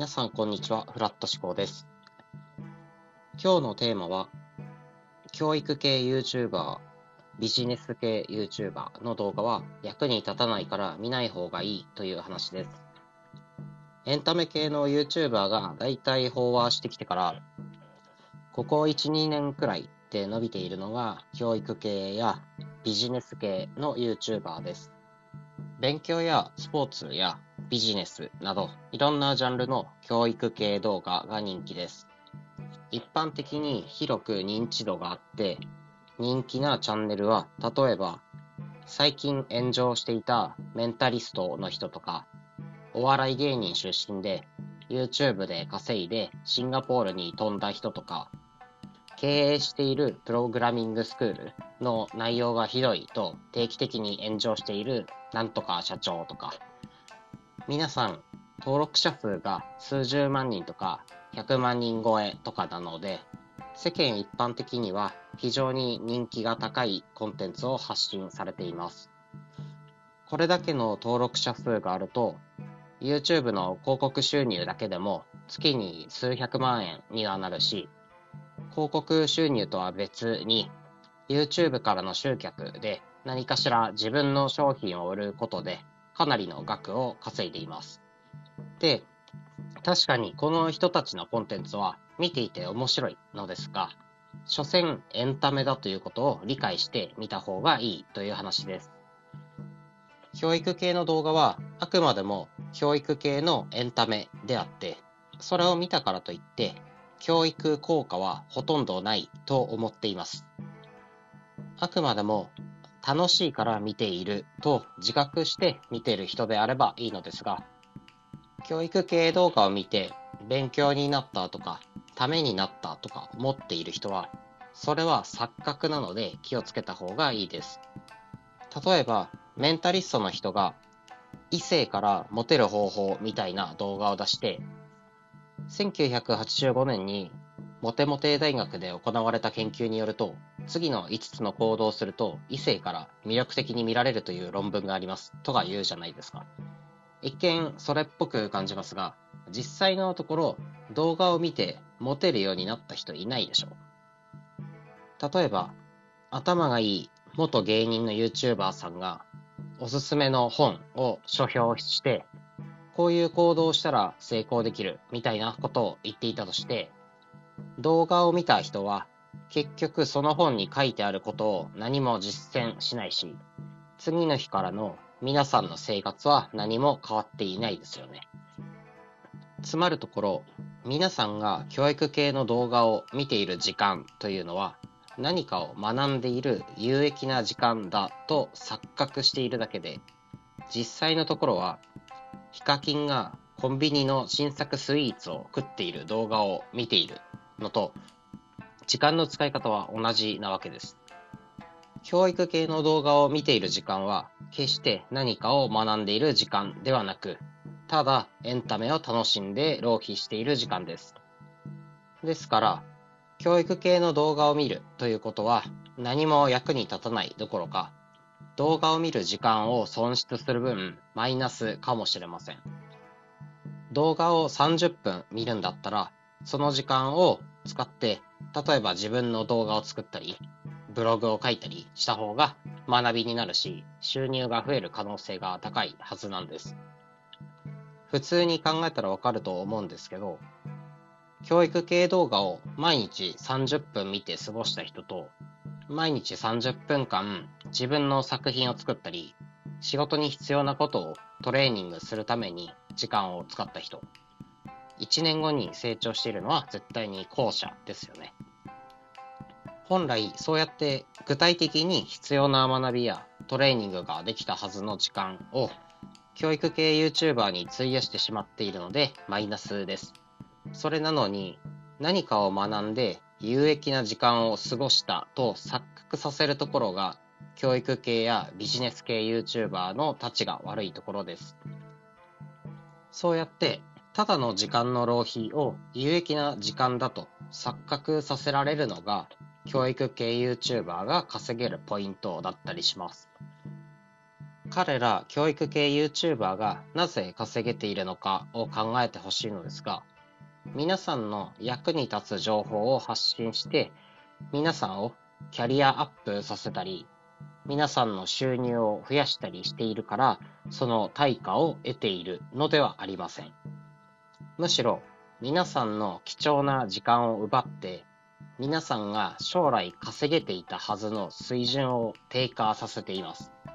さんこんにちは、フラット思考です。今日のテーマは、教育系 YouTuber、ビジネス系 YouTuber の動画は役に立たないから見ない方がいいという話です。エンタメ系の YouTuber がだいたい飽和してきてから、ここ1、2年くらいで伸びているのが教育系やビジネス系の YouTuber です。勉強やスポーツやビジネスなどいろんなジャンルの教育系動画が人気です。一般的に広く認知度があって人気なチャンネルは、例えば最近炎上していたメンタリストの人とか、お笑い芸人出身で YouTube で稼いでシンガポールに飛んだ人とか、経営しているプログラミングスクールの内容がひどいと定期的に炎上しているなんとか社長とか、皆さん登録者数が数十万人とか100万人超えとかなので、世間一般的には非常に人気が高いコンテンツを発信されています。これだけの登録者数があると、YouTube の広告収入だけでも月に数百万円にはなるし、広告収入とは別に YouTube からの集客で何かしら自分の商品を売ることでかなりの額を稼いでいます。で、確かにこの人たちのコンテンツは見ていて面白いのですが、所詮エンタメだということを理解してみた方がいいという話です。教育系の動画はあくまでも教育系のエンタメであって、それを見たからといって教育効果はほとんどないと思っています。あくまでも楽しいから見ていると自覚して見ている人であればいいのですが、教育系動画を見て勉強になったとかためになったとか思っている人は、それは錯覚なので気をつけた方がいいです。例えばメンタリストの人が異性からモテる方法みたいな動画を出して、1985年にモテモテ大学で行われた研究によると、次の5つの行動をすると異性から魅力的に見られるという論文がありますとか言うじゃないですか。一見それっぽく感じますが、実際のところ動画を見てモテるようになった人いないでしょう。例えば頭がいい元芸人の YouTuber さんがおすすめの本を書評して、こういう行動をしたら成功できるみたいなことを言っていたとして、動画を見た人は結局その本に書いてあることを何も実践しないし、次の日からの皆さんの生活は何も変わっていないですよね。つまるところ、皆さんが教育系の動画を見ている時間というのは、何かを学んでいる有益な時間だと錯覚しているだけで、実際のところはヒカキンがコンビニの新作スイーツを食っている動画を見ているのと時間の使い方は同じなわけです。教育系の動画を見ている時間は決して何かを学んでいる時間ではなく、ただエンタメを楽しんで浪費している時間です。ですから教育系の動画を見るということは何も役に立たないどころか、動画を見る時間を損失する分マイナスかもしれません。動画を30分見るんだったら、その時間を使って例えば自分の動画を作ったりブログを書いたりした方が学びになるし、収入が増える可能性が高いはずなんです。普通に考えたらわかると思うんですけど、教育系動画を毎日30分見て過ごした人と、毎日30分間自分の作品を作ったり、仕事に必要なことをトレーニングするために時間を使った人、1年後に成長しているのは絶対に後者ですよね。本来そうやって具体的に必要な学びやトレーニングができたはずの時間を教育系 YouTuber に費やしてしまっているのでマイナスです。それなのに何かを学んで有益な時間を過ごしたと錯覚させるところが教育系やビジネス系 YouTuber のたちが悪いところです。そうやってただの時間の浪費を有益な時間だと錯覚させられるのが教育系 YouTuber が稼げるポイントだったりします。 彼ら教育系 YouTuber がなぜ稼げているのかを考えてほしいのですが、皆さんの役に立つ情報を発信して、皆さんをキャリアアップさせたり、皆さんの収入を増やしたりしているから、その対価を得ているのではありません。むしろ、皆さんの貴重な時間を奪って、皆さんが将来稼げていたはずの水準を低下させています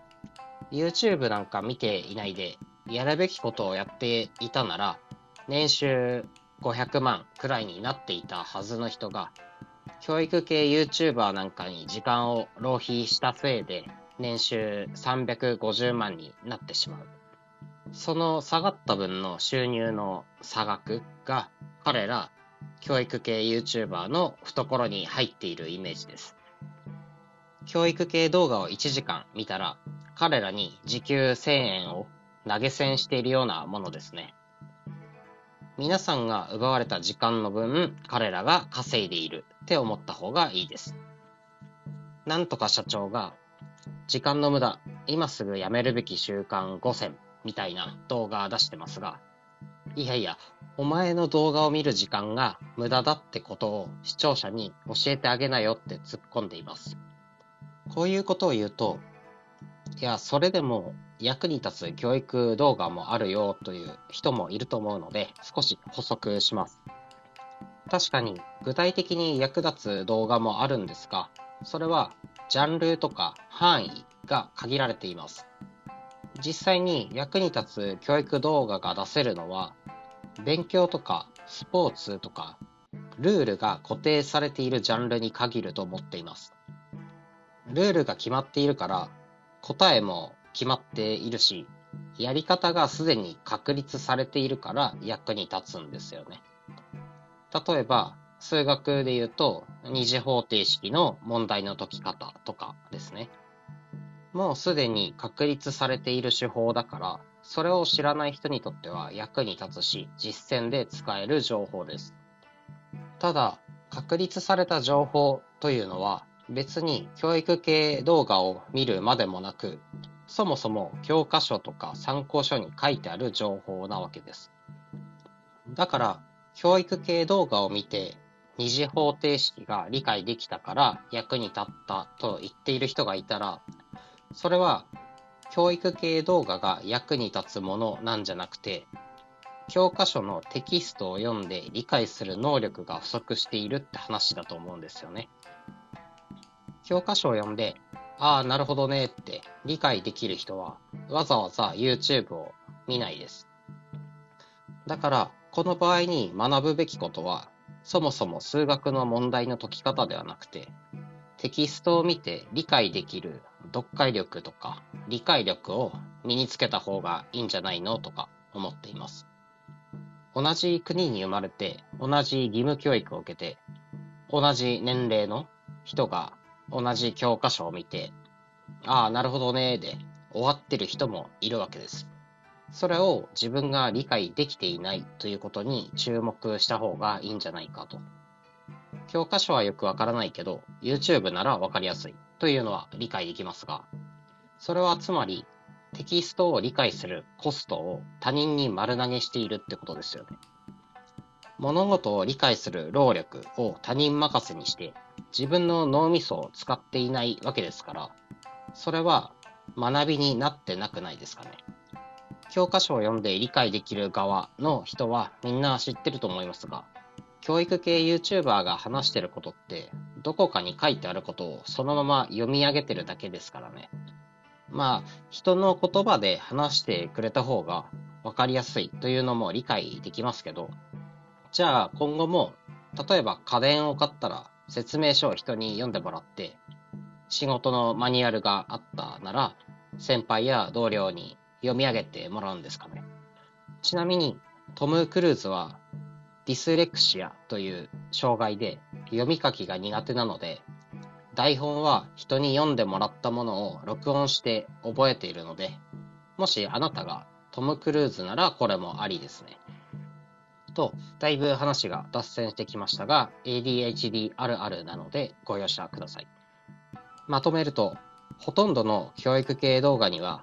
。YouTube なんか見ていないで、やるべきことをやっていたなら、年収500万くらいになっていたはずの人が、教育系 YouTuber なんかに時間を浪費したせいで、年収350万になってしまう。その下がった分の収入の差額が、彼ら教育系 YouTuber の懐に入っているイメージです。教育系動画を1時間見たら、彼らに時給1000円を投げ銭しているようなものですね。皆さんが奪われた時間の分、彼らが稼いでいるって思った方がいいです。なんとか社長が、時間の無駄、今すぐやめるべき習慣5選みたいな動画出してますが、いやいや、お前の動画を見る時間が無駄だってことを視聴者に教えてあげなよって突っ込んでいます。こういうことを言うと、いや、それでも役に立つ教育動画もあるよという人もいると思うので、少し補足します。確かに具体的に役立つ動画もあるんですが、それはジャンルとか範囲が限られています。実際に役に立つ教育動画が出せるのは、勉強とかスポーツとかルールが固定されているジャンルに限ると思っています。ルールが決まっているから答えも決まっているし、やり方がすでに確立されているから役に立つんですよね。例えば数学で言うと二次方程式の問題の解き方とかですね。もうすでに確立されている手法だから、それを知らない人にとっては役に立つし、実践で使える情報です。ただ、確立された情報というのは、別に教育系動画を見るまでもなく、そもそも教科書とか参考書に書いてある情報なわけです。だから、教育系動画を見て、二次方程式が理解できたから役に立ったと言っている人がいたら、それは教育系動画が役に立つものなんじゃなくて、教科書のテキストを読んで理解する能力が不足しているって話だと思うんですよね。教科書を読んで、ああ、なるほどねって理解できる人は、わざわざ YouTube を見ないです。だから、この場合に学ぶべきことは、そもそも数学の問題の解き方ではなくて、テキストを見て理解できる読解力とか理解力を身につけた方がいいんじゃないのとか思っています。同じ国に生まれて同じ義務教育を受けて同じ年齢の人が同じ教科書を見て、ああ、なるほどねで終わってる人もいるわけです。それを自分が理解できていないということに注目した方がいいんじゃないかと。教科書はよくわからないけど、YouTube ならわかりやすいというのは理解できますが、それはつまりテキストを理解するコストを他人に丸投げしているってことですよね。物事を理解する労力を他人任せにして自分の脳みそを使っていないわけですから、それは学びになってなくないですかね。教科書を読んで理解できる側の人はみんな知ってると思いますが、教育系 YouTuber が話してることって、どこかに書いてあることをそのまま読み上げてるだけですからね。まあ、人の言葉で話してくれた方が分かりやすいというのも理解できますけど、じゃあ今後も、例えば家電を買ったら説明書を人に読んでもらって、仕事のマニュアルがあったなら、先輩や同僚に読み上げてもらうんですかね。ちなみに、トム・クルーズはディスレクシアという障害で読み書きが苦手なので、台本は人に読んでもらったものを録音して覚えているので、もしあなたがトム・クルーズならこれもありですね。と、だいぶ話が脱線してきましたが、ADHD あるあるなのでご容赦ください。まとめると、ほとんどの教育系動画には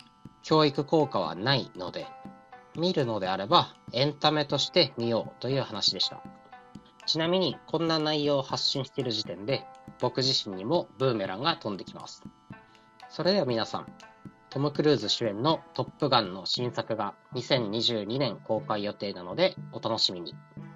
教育効果はないので、見るのであればエンタメとして見ようという話でした。ちなみにこんな内容を発信している時点で僕自身にもブーメランが飛んできます。それでは皆さん、トム・クルーズ主演のトップガンの新作が2022年公開予定なのでお楽しみに。